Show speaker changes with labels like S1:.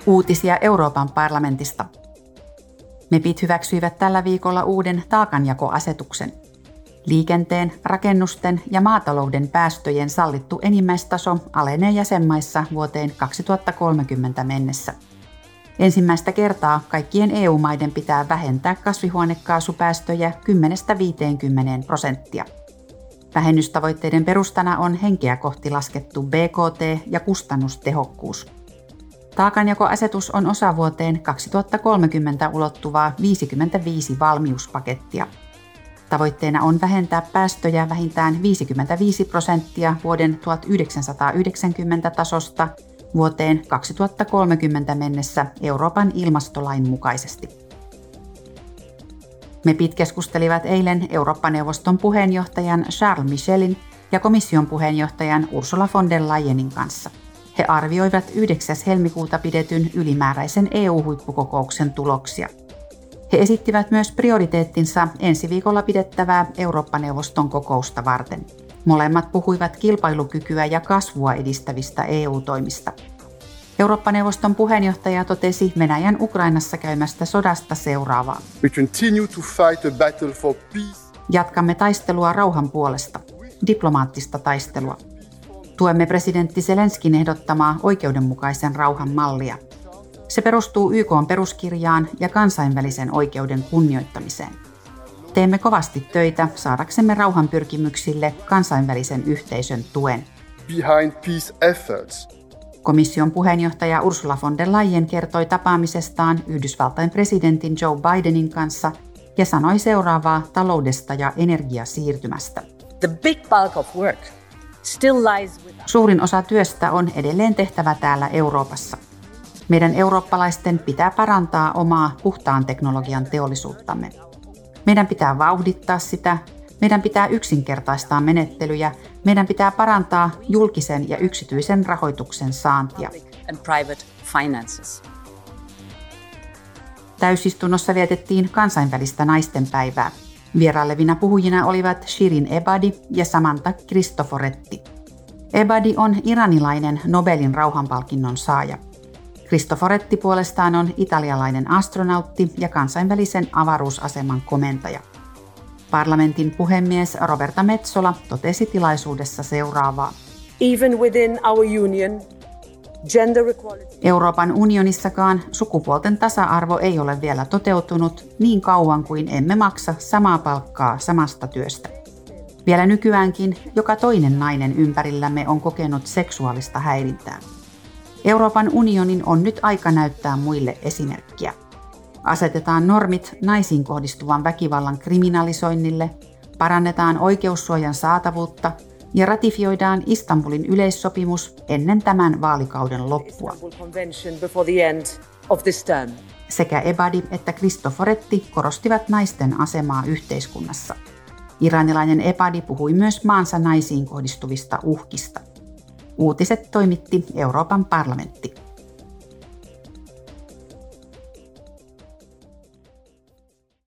S1: Uutisia Euroopan parlamentista. MEPit hyväksyivät tällä viikolla uuden taakanjakoasetuksen. Liikenteen, rakennusten ja maatalouden päästöjen sallittu enimmäistaso alenee jäsenmaissa vuoteen 2030 mennessä. Ensimmäistä kertaa kaikkien EU-maiden pitää vähentää kasvihuonekaasupäästöjä 10–50%. Vähennystavoitteiden perustana on henkeä kohti laskettu BKT ja kustannustehokkuus. Taakanjakoasetus on osa vuoteen 2030 ulottuvaa 55 valmiuspakettia. Tavoitteena on vähentää päästöjä vähintään 55% vuoden 1990 tasosta vuoteen 2030 mennessä Euroopan ilmastolain mukaisesti. MEPit keskustelivat eilen Eurooppa-neuvoston puheenjohtajan Charles Michelin ja komission puheenjohtajan Ursula von der Leyenin kanssa. He arvioivat 9. helmikuuta pidetyn ylimääräisen EU-huippukokouksen tuloksia. He esittivät myös prioriteettinsa ensi viikolla pidettävää Eurooppa-neuvoston kokousta varten. Molemmat puhuivat kilpailukykyä ja kasvua edistävistä EU-toimista. Eurooppa-neuvoston puheenjohtaja totesi Venäjän Ukrainassa käymästä sodasta seuraavaa.
S2: We continue to fight a battle for peace.
S1: Jatkamme taistelua rauhan puolesta, diplomaattista taistelua. Tuemme presidentti Zelenskin ehdottamaa oikeudenmukaisen rauhan mallia. Se perustuu YK:n peruskirjaan ja kansainvälisen oikeuden kunnioittamiseen. Teemme kovasti töitä saadaksemme rauhanpyrkimyksille kansainvälisen yhteisön tuen.
S2: Behind peace efforts.
S1: Komission puheenjohtaja Ursula von der Leyen kertoi tapaamisestaan Yhdysvaltain presidentin Joe Bidenin kanssa ja sanoi seuraavaa taloudesta ja energiasiirtymästä.
S3: The big bulk of work still lies with us.
S1: Suurin osa työstä on edelleen tehtävä täällä Euroopassa. Meidän eurooppalaisten pitää parantaa omaa puhtaan teknologian teollisuuttamme. Meidän pitää vauhdittaa sitä, meidän pitää yksinkertaistaa menettelyjä, meidän pitää parantaa julkisen ja yksityisen rahoituksen saantia.
S3: And private finances.
S1: Täysistunnossa vietettiin kansainvälistä naistenpäivää. Vierailevina puhujina olivat Shirin Ebadi ja Samantha Cristoforetti. Ebadi on iranilainen Nobelin rauhanpalkinnon saaja. Cristoforetti puolestaan on italialainen astronautti ja kansainvälisen avaruusaseman komentaja. Parlamentin puhemies Roberta Metsola totesi tilaisuudessa seuraavaa.
S4: Even within our union, gender equality.
S1: Euroopan unionissakaan sukupuolten tasa-arvo ei ole vielä toteutunut niin kauan kuin emme maksa samaa palkkaa samasta työstä. Vielä nykyäänkin joka toinen nainen ympärillämme on kokenut seksuaalista häirintää. Euroopan unionin on nyt aika näyttää muille esimerkkiä. Asetetaan normit naisiin kohdistuvan väkivallan kriminalisoinnille, parannetaan oikeussuojan saatavuutta ja ratifioidaan Istanbulin yleissopimus ennen tämän vaalikauden loppua. Sekä Ebadi että Cristoforetti korostivat naisten asemaa yhteiskunnassa. Iranilainen Ebadi puhui myös maansa naisiin kohdistuvista uhkista. Uutiset toimitti Euroopan parlamentti.